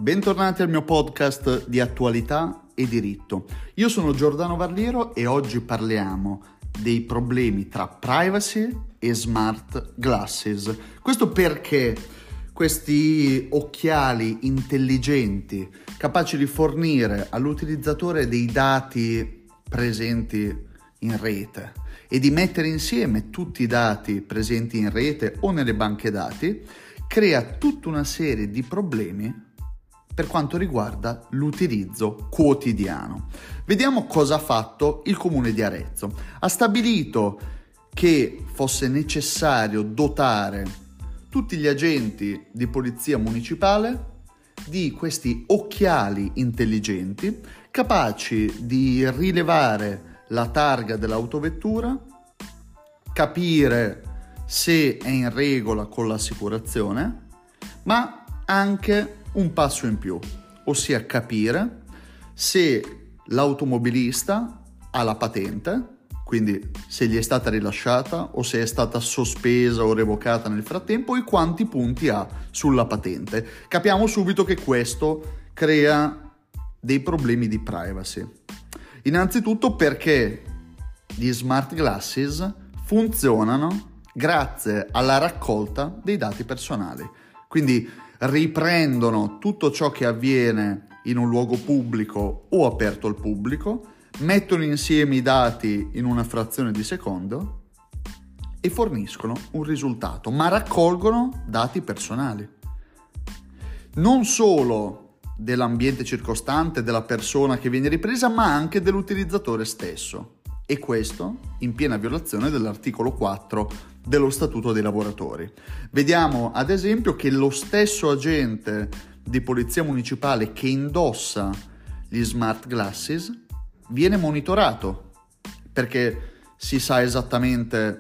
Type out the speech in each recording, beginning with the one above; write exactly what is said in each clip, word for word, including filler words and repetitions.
bentornati al mio podcast di attualità e diritto. Io sono Giordano Varliero e oggi parliamo dei problemi tra privacy e smart glasses. Questo perché questi occhiali intelligenti capaci di fornire all'utilizzatore dei dati presenti in rete e di mettere insieme tutti i dati presenti in rete o nelle banche dati crea tutta una serie di problemi per quanto riguarda l'utilizzo quotidiano. Vediamo cosa ha fatto il Comune di Arezzo. Ha stabilito che fosse necessario dotare tutti gli agenti di polizia municipale di questi occhiali intelligenti capaci di rilevare la targa dell'autovettura, capire se è in regola con l'assicurazione, ma anche un passo in più, ossia capire se l'automobilista ha la patente, quindi se gli è stata rilasciata o se è stata sospesa o revocata nel frattempo e quanti punti ha sulla patente. Capiamo subito che questo crea dei problemi di privacy. Innanzitutto perché gli smart glasses funzionano grazie alla raccolta dei dati personali, quindi riprendono tutto ciò che avviene in un luogo pubblico o aperto al pubblico, mettono insieme i dati in una frazione di secondo e forniscono un risultato, ma raccolgono dati personali. Non solo dell'ambiente circostante, della persona che viene ripresa, ma anche dell'utilizzatore stesso. E questo in piena violazione dell'articolo quattro dello Statuto dei lavoratori. Vediamo ad esempio che lo stesso agente di polizia municipale che indossa gli smart glasses viene monitorato, perché si sa esattamente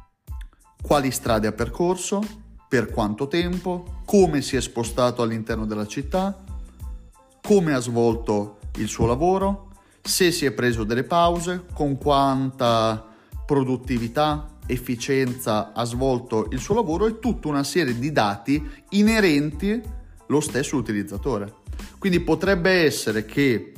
quali strade ha percorso, per quanto tempo, come si è spostato all'interno della città, come ha svolto il suo lavoro, se si è preso delle pause, con quanta produttività, efficienza ha svolto il suo lavoro e tutta una serie di dati inerenti lo stesso utilizzatore. Quindi potrebbe essere che,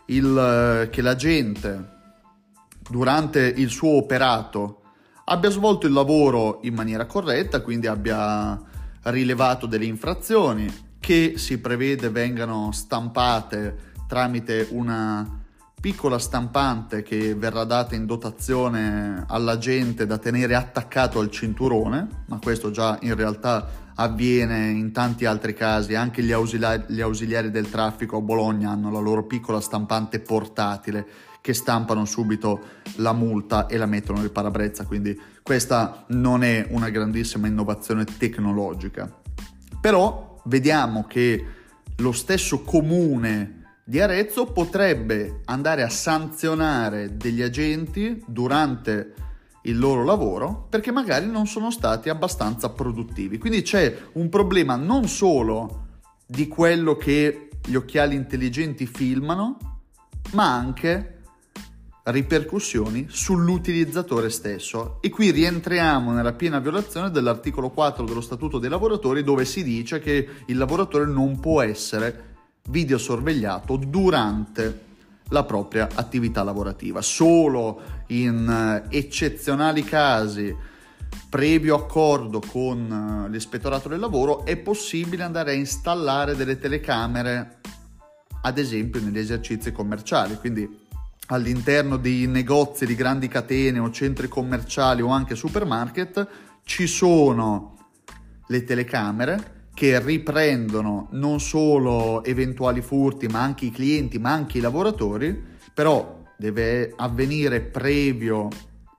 il, che l'agente durante il suo operato abbia svolto il lavoro in maniera corretta, quindi abbia rilevato delle infrazioni che si prevede vengano stampate tramite una piccola stampante che verrà data in dotazione all'agente da tenere attaccato al cinturone, ma questo già in realtà avviene in tanti altri casi. Anche gli ausiliari, gli ausiliari del traffico a Bologna hanno la loro piccola stampante portatile che stampano subito la multa e la mettono nel parabrezza, quindi questa non è una grandissima innovazione tecnologica. Però vediamo che lo stesso comune di Arezzo potrebbe andare a sanzionare degli agenti durante il loro lavoro perché magari non sono stati abbastanza produttivi. Quindi c'è un problema non solo di quello che gli occhiali intelligenti filmano, ma anche ripercussioni sull'utilizzatore stesso. E qui rientriamo nella piena violazione dell'articolo quattro dello Statuto dei lavoratori, dove si dice che il lavoratore non può essere videosorvegliato durante la propria attività lavorativa. Solo in eccezionali casi, previo accordo con l'ispettorato del lavoro, è possibile andare a installare delle telecamere, ad esempio negli esercizi commerciali, quindi all'interno di negozi di grandi catene o centri commerciali o anche supermarket ci sono le telecamere che riprendono non solo eventuali furti, ma anche i clienti, ma anche i lavoratori, però deve avvenire previo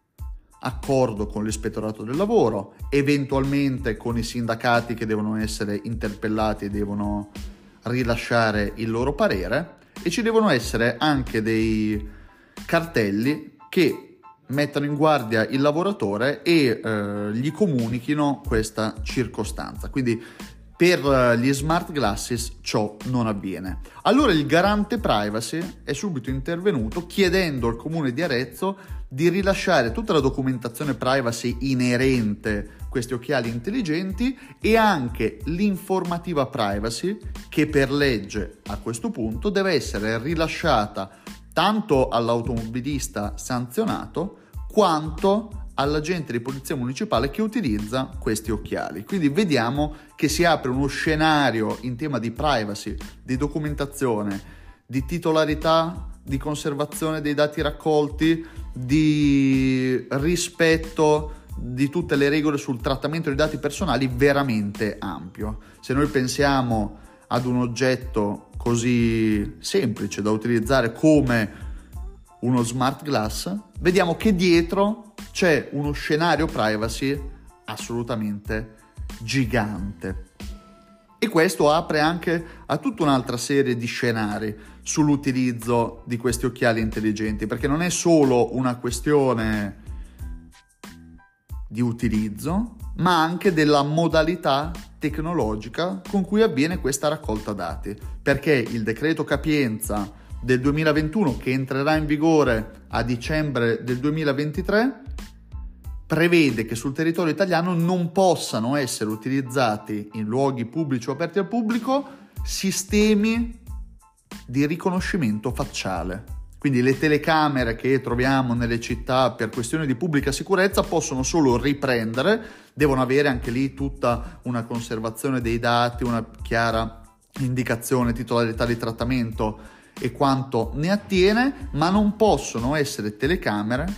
accordo con l'ispettorato del lavoro, eventualmente con i sindacati che devono essere interpellati e devono rilasciare il loro parere, e ci devono essere anche dei cartelli che mettano in guardia il lavoratore e eh, gli comunichino questa circostanza. Quindi per gli smart glasses ciò non avviene. Allora il garante privacy è subito intervenuto chiedendo al Comune di Arezzo di rilasciare tutta la documentazione privacy inerente a questi occhiali intelligenti e anche l'informativa privacy che per legge a questo punto deve essere rilasciata tanto all'automobilista sanzionato quanto all'agente di polizia municipale che utilizza questi occhiali. Quindi vediamo che si apre uno scenario in tema di privacy, di documentazione, di titolarità, di conservazione dei dati raccolti, di rispetto di tutte le regole sul trattamento dei dati personali veramente ampio. Se noi pensiamo ad un oggetto così semplice da utilizzare come uno smart glass, vediamo che dietro c'è uno scenario privacy assolutamente gigante. E questo apre anche a tutta un'altra serie di scenari sull'utilizzo di questi occhiali intelligenti, perché non è solo una questione di utilizzo, ma anche della modalità tecnologica con cui avviene questa raccolta dati, perché il decreto capienza del duemilaventuno, che entrerà in vigore a dicembre del duemilaventitré, prevede che sul territorio italiano non possano essere utilizzati in luoghi pubblici o aperti al pubblico sistemi di riconoscimento facciale. Quindi le telecamere che troviamo nelle città per questioni di pubblica sicurezza possono solo riprendere, devono avere anche lì tutta una conservazione dei dati, una chiara indicazione, titolarità di trattamento e quanto ne attiene, ma non possono essere telecamere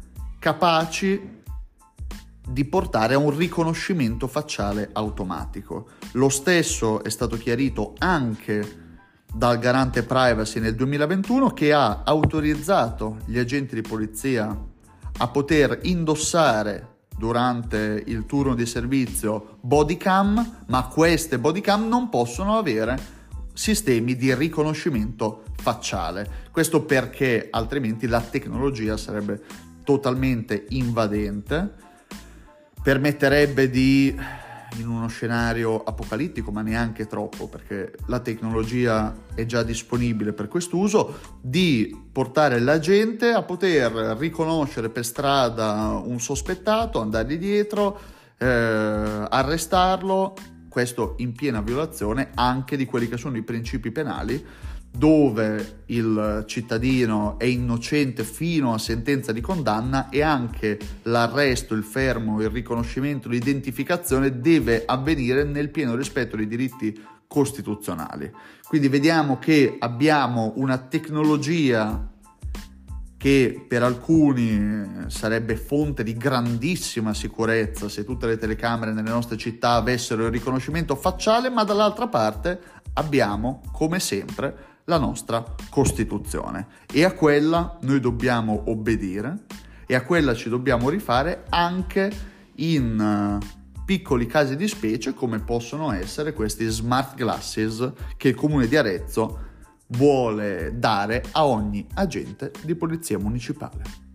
capaci di portare a un riconoscimento facciale automatico. Lo stesso è stato chiarito anche dal garante privacy nel duemilaventuno, che ha autorizzato gli agenti di polizia a poter indossare durante il turno di servizio body cam, ma queste body cam non possono avere sistemi di riconoscimento facciale. Questo perché altrimenti la tecnologia sarebbe totalmente invadente, permetterebbe di, in uno scenario apocalittico, ma neanche troppo perché la tecnologia è già disponibile per quest'uso, di portare la gente a poter riconoscere per strada un sospettato, andargli dietro, eh, arrestarlo, questo in piena violazione anche di quelli che sono i principi penali, dove il cittadino è innocente fino a sentenza di condanna e anche l'arresto, il fermo, il riconoscimento, l'identificazione deve avvenire nel pieno rispetto dei diritti costituzionali. Quindi vediamo che abbiamo una tecnologia che per alcuni sarebbe fonte di grandissima sicurezza se tutte le telecamere nelle nostre città avessero il riconoscimento facciale, ma dall'altra parte abbiamo, come sempre, la nostra Costituzione e a quella noi dobbiamo obbedire e a quella ci dobbiamo rifare anche in piccoli casi di specie come possono essere questi smart glasses che il Comune di Arezzo vuole dare a ogni agente di polizia municipale.